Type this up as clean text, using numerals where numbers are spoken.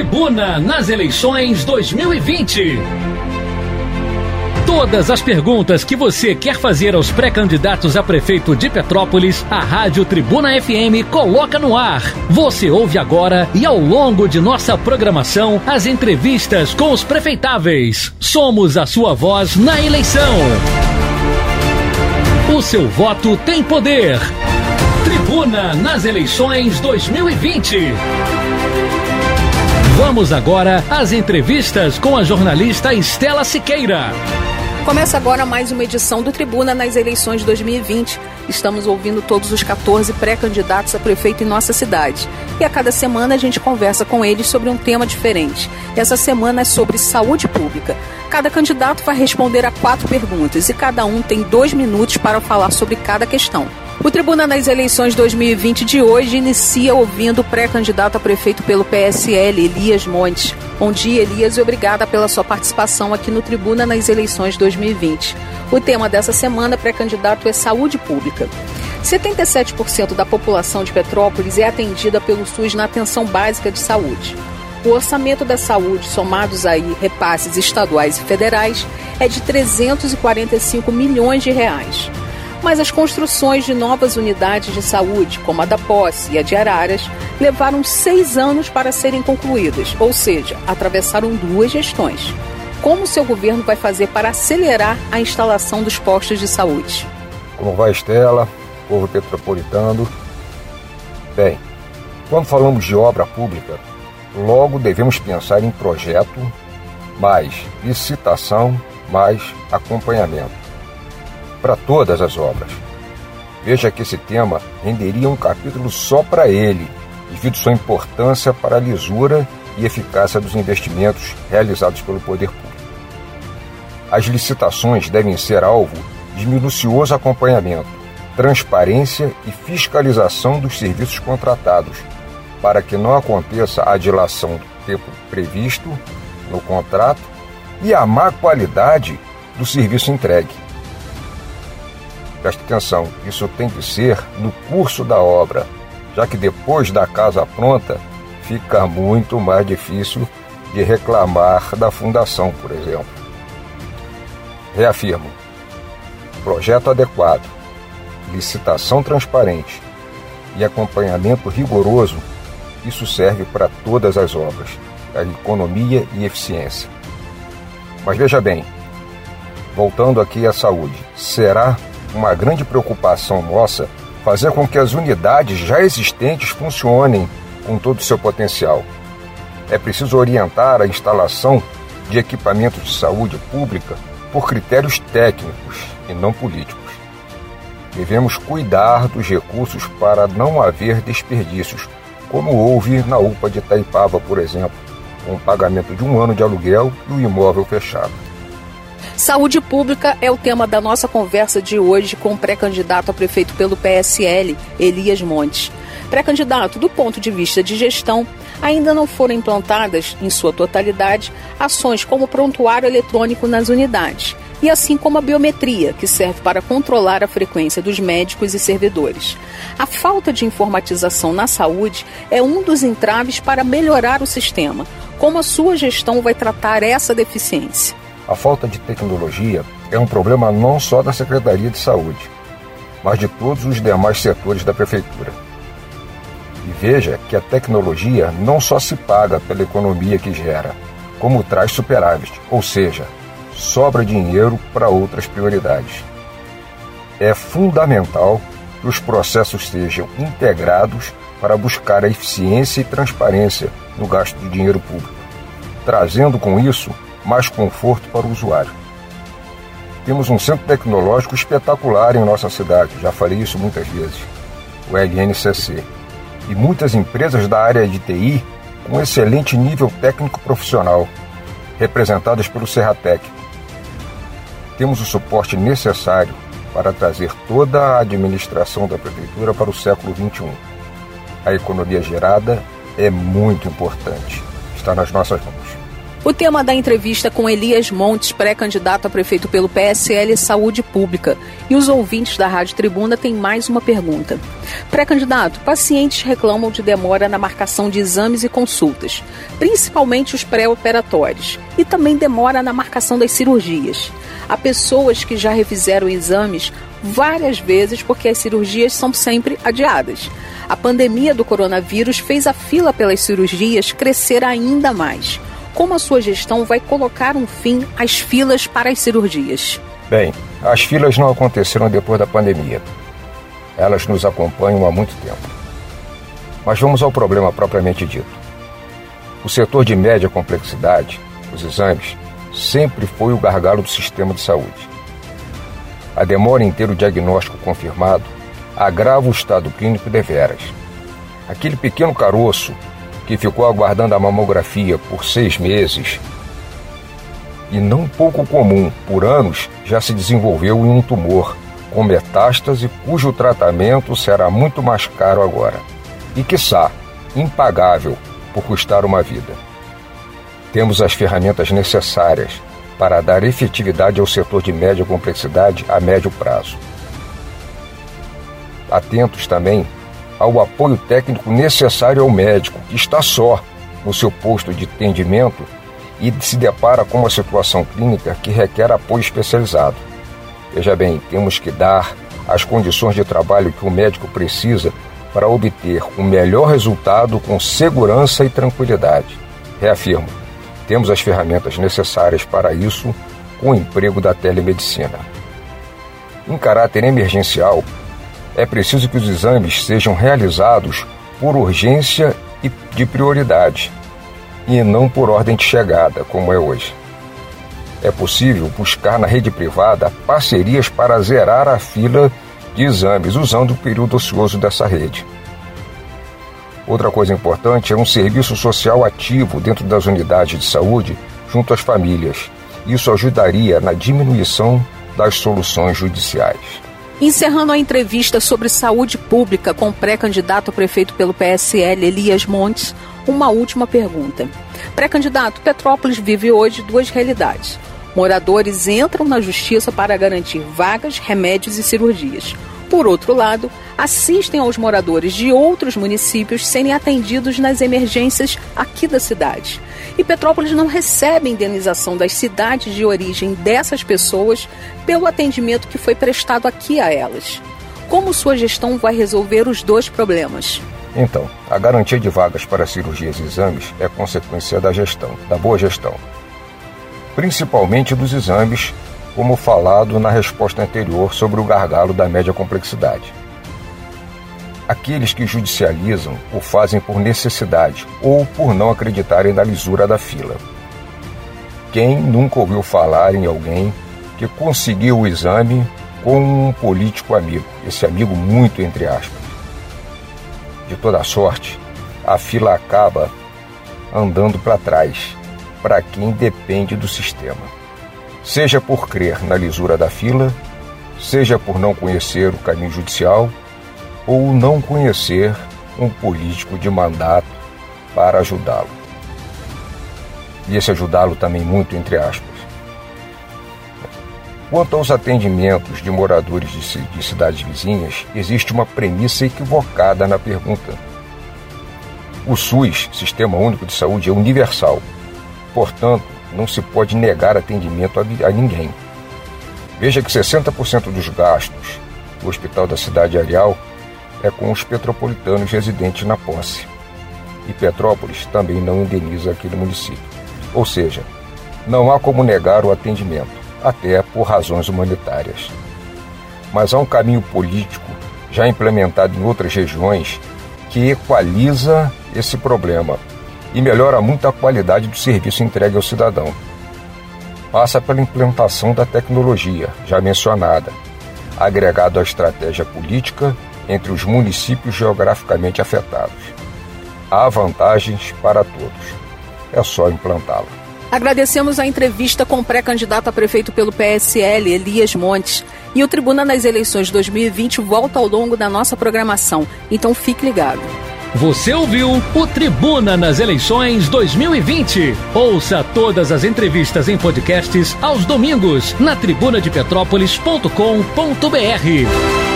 Tribuna nas eleições 2020. Todas as perguntas que você quer fazer aos pré-candidatos a prefeito de Petrópolis, a Rádio Tribuna FM coloca no ar. Você ouve agora e ao longo de nossa programação as entrevistas com os prefeitáveis. Somos a sua voz na eleição. O seu voto tem poder. Tribuna nas eleições 2020. Vamos agora às entrevistas com a jornalista Estela Siqueira. Começa agora mais uma edição do Tribuna nas eleições 2020. Estamos ouvindo todos os 14 pré-candidatos a prefeito em nossa cidade. E a cada semana a gente conversa com eles sobre um tema diferente. Essa semana é sobre saúde pública. Cada candidato vai responder a 4 perguntas e cada um tem 2 minutos para falar sobre cada questão. O Tribuna nas eleições 2020 de hoje inicia ouvindo o pré-candidato a prefeito pelo PSL, Elias Montes. Bom dia, Elias, e obrigada pela sua participação aqui no Tribuna nas eleições 2020. O tema dessa semana, pré-candidato, é saúde pública. 77% da população de Petrópolis é atendida pelo SUS na atenção básica de saúde. O orçamento da saúde, somados aí repasses estaduais e federais, é de 345 milhões de reais. Mas as construções de novas unidades de saúde, como a da Posse e a de Araras, levaram 6 anos para serem concluídas, ou seja, atravessaram 2 gestões. Como o seu governo vai fazer para acelerar a instalação dos postos de saúde? Como vai, Estela, povo petropolitano? Bem, quando falamos de obra pública, logo devemos pensar em projeto, mais licitação, mais acompanhamento. Para todas as obras. Veja que esse tema renderia um capítulo só para ele, devido sua importância para a lisura e eficácia dos investimentos realizados pelo poder público. As licitações devem ser alvo de minucioso acompanhamento, transparência e fiscalização dos serviços contratados, para que não aconteça a dilação do tempo previsto no contrato e a má qualidade do serviço entregue. Preste atenção, isso tem que ser no curso da obra, já que depois da casa pronta, fica muito mais difícil de reclamar da fundação, por exemplo. Reafirmo, projeto adequado, licitação transparente e acompanhamento rigoroso, isso serve para todas as obras, para economia e eficiência. Mas veja bem, voltando aqui à saúde, será uma grande preocupação nossa fazer com que as unidades já existentes funcionem com todo o seu potencial. É preciso orientar a instalação de equipamentos de saúde pública por critérios técnicos e não políticos. Devemos cuidar dos recursos para não haver desperdícios, como houve na UPA de Itaipava, por exemplo, com o pagamento de 1 ano de aluguel e o imóvel fechado. Saúde pública é o tema da nossa conversa de hoje com o pré-candidato a prefeito pelo PSL, Elias Montes. Pré-candidato, do ponto de vista de gestão, ainda não foram implantadas, em sua totalidade, ações como o prontuário eletrônico nas unidades, e assim como a biometria, que serve para controlar a frequência dos médicos e servidores. A falta de informatização na saúde é um dos entraves para melhorar o sistema. Como a sua gestão vai tratar essa deficiência? A falta de tecnologia é um problema não só da Secretaria de Saúde, mas de todos os demais setores da Prefeitura. E veja que a tecnologia não só se paga pela economia que gera, como traz superávit, ou seja, sobra dinheiro para outras prioridades. É fundamental que os processos sejam integrados para buscar a eficiência e transparência no gasto de dinheiro público, trazendo com isso mais conforto para o usuário. Temos um centro tecnológico espetacular em nossa cidade, já falei isso muitas vezes, o LNCC, e muitas empresas da área de TI com excelente nível técnico profissional, representadas pelo Serratec. Temos o suporte necessário para trazer toda a administração da Prefeitura para o século XXI. A economia gerada é muito importante, está nas nossas mãos. O tema da entrevista com Elias Montes, pré-candidato a prefeito pelo PSL, é Saúde Pública. E os ouvintes da Rádio Tribuna têm mais uma pergunta. Pré-candidato, pacientes reclamam de demora na marcação de exames e consultas, principalmente os pré-operatórios, e também demora na marcação das cirurgias. Há pessoas que já refizeram exames várias vezes porque as cirurgias são sempre adiadas. A pandemia do coronavírus fez a fila pelas cirurgias crescer ainda mais. Como a sua gestão vai colocar um fim às filas para as cirurgias? Bem, as filas não aconteceram depois da pandemia. Elas nos acompanham há muito tempo. Mas vamos ao problema propriamente dito. O setor de média complexidade, os exames, sempre foi o gargalo do sistema de saúde. A demora em ter o diagnóstico confirmado agrava o estado clínico deveras. Aquele pequeno caroço que ficou aguardando a mamografia por 6 meses e não pouco comum, por anos, já se desenvolveu em um tumor com metástase cujo tratamento será muito mais caro agora e, quiçá, impagável por custar uma vida. Temos as ferramentas necessárias para dar efetividade ao setor de média complexidade a médio prazo. Atentos também ao apoio técnico necessário ao médico, que está só no seu posto de atendimento e se depara com uma situação clínica que requer apoio especializado. Veja bem, temos que dar as condições de trabalho que o médico precisa para obter o melhor resultado com segurança e tranquilidade. Reafirmo, temos as ferramentas necessárias para isso com o emprego da telemedicina. Em caráter emergencial, é preciso que os exames sejam realizados por urgência e de prioridade, e não por ordem de chegada, como é hoje. É possível buscar na rede privada parcerias para zerar a fila de exames, usando o período ocioso dessa rede. Outra coisa importante é um serviço social ativo dentro das unidades de saúde junto às famílias. Isso ajudaria na diminuição das soluções judiciais. Encerrando a entrevista sobre saúde pública com o pré-candidato a prefeito pelo PSL, Elias Montes, uma última pergunta. Pré-candidato, Petrópolis vive hoje 2 realidades. Moradores entram na justiça para garantir vagas, remédios e cirurgias. Por outro lado, assistem aos moradores de outros municípios serem atendidos nas emergências aqui da cidade. E Petrópolis não recebe indenização das cidades de origem dessas pessoas pelo atendimento que foi prestado aqui a elas. Como sua gestão vai resolver os 2 problemas? Então, a garantia de vagas para cirurgias e exames é consequência da gestão, da boa gestão. Principalmente dos exames, como falado na resposta anterior sobre o gargalo da média complexidade. Aqueles que judicializam o fazem por necessidade ou por não acreditarem na lisura da fila. Quem nunca ouviu falar em alguém que conseguiu o exame com um político amigo, esse amigo muito entre aspas? De toda sorte, a fila acaba andando para trás, para quem depende do sistema. Seja por crer na lisura da fila, seja por não conhecer o caminho judicial, ou não conhecer um político de mandato para ajudá-lo. E esse ajudá-lo também muito entre aspas. Quanto aos atendimentos de moradores de cidades vizinhas, existe uma premissa equivocada na pergunta. O SUS, Sistema Único de Saúde, é universal. Portanto, não se pode negar atendimento a ninguém. Veja que 60% dos gastos do Hospital da Cidade Areal é com os petropolitanos residentes na posse. E Petrópolis também não indeniza aquele município. Ou seja, não há como negar o atendimento, até por razões humanitárias. Mas há um caminho político já implementado em outras regiões que equaliza esse problema e melhora muito a qualidade do serviço entregue ao cidadão. Passa pela implantação da tecnologia, já mencionada, agregado à estratégia política entre os municípios geograficamente afetados. Há vantagens para todos. É só implantá-la. Agradecemos a entrevista com o pré-candidato a prefeito pelo PSL, Elias Montes. E o Tribuna nas eleições 2020 volta ao longo da nossa programação. Então fique ligado. Você ouviu o Tribuna nas Eleições 2020. Ouça todas as entrevistas em podcasts aos domingos na tribunadepetrópolis.com.br.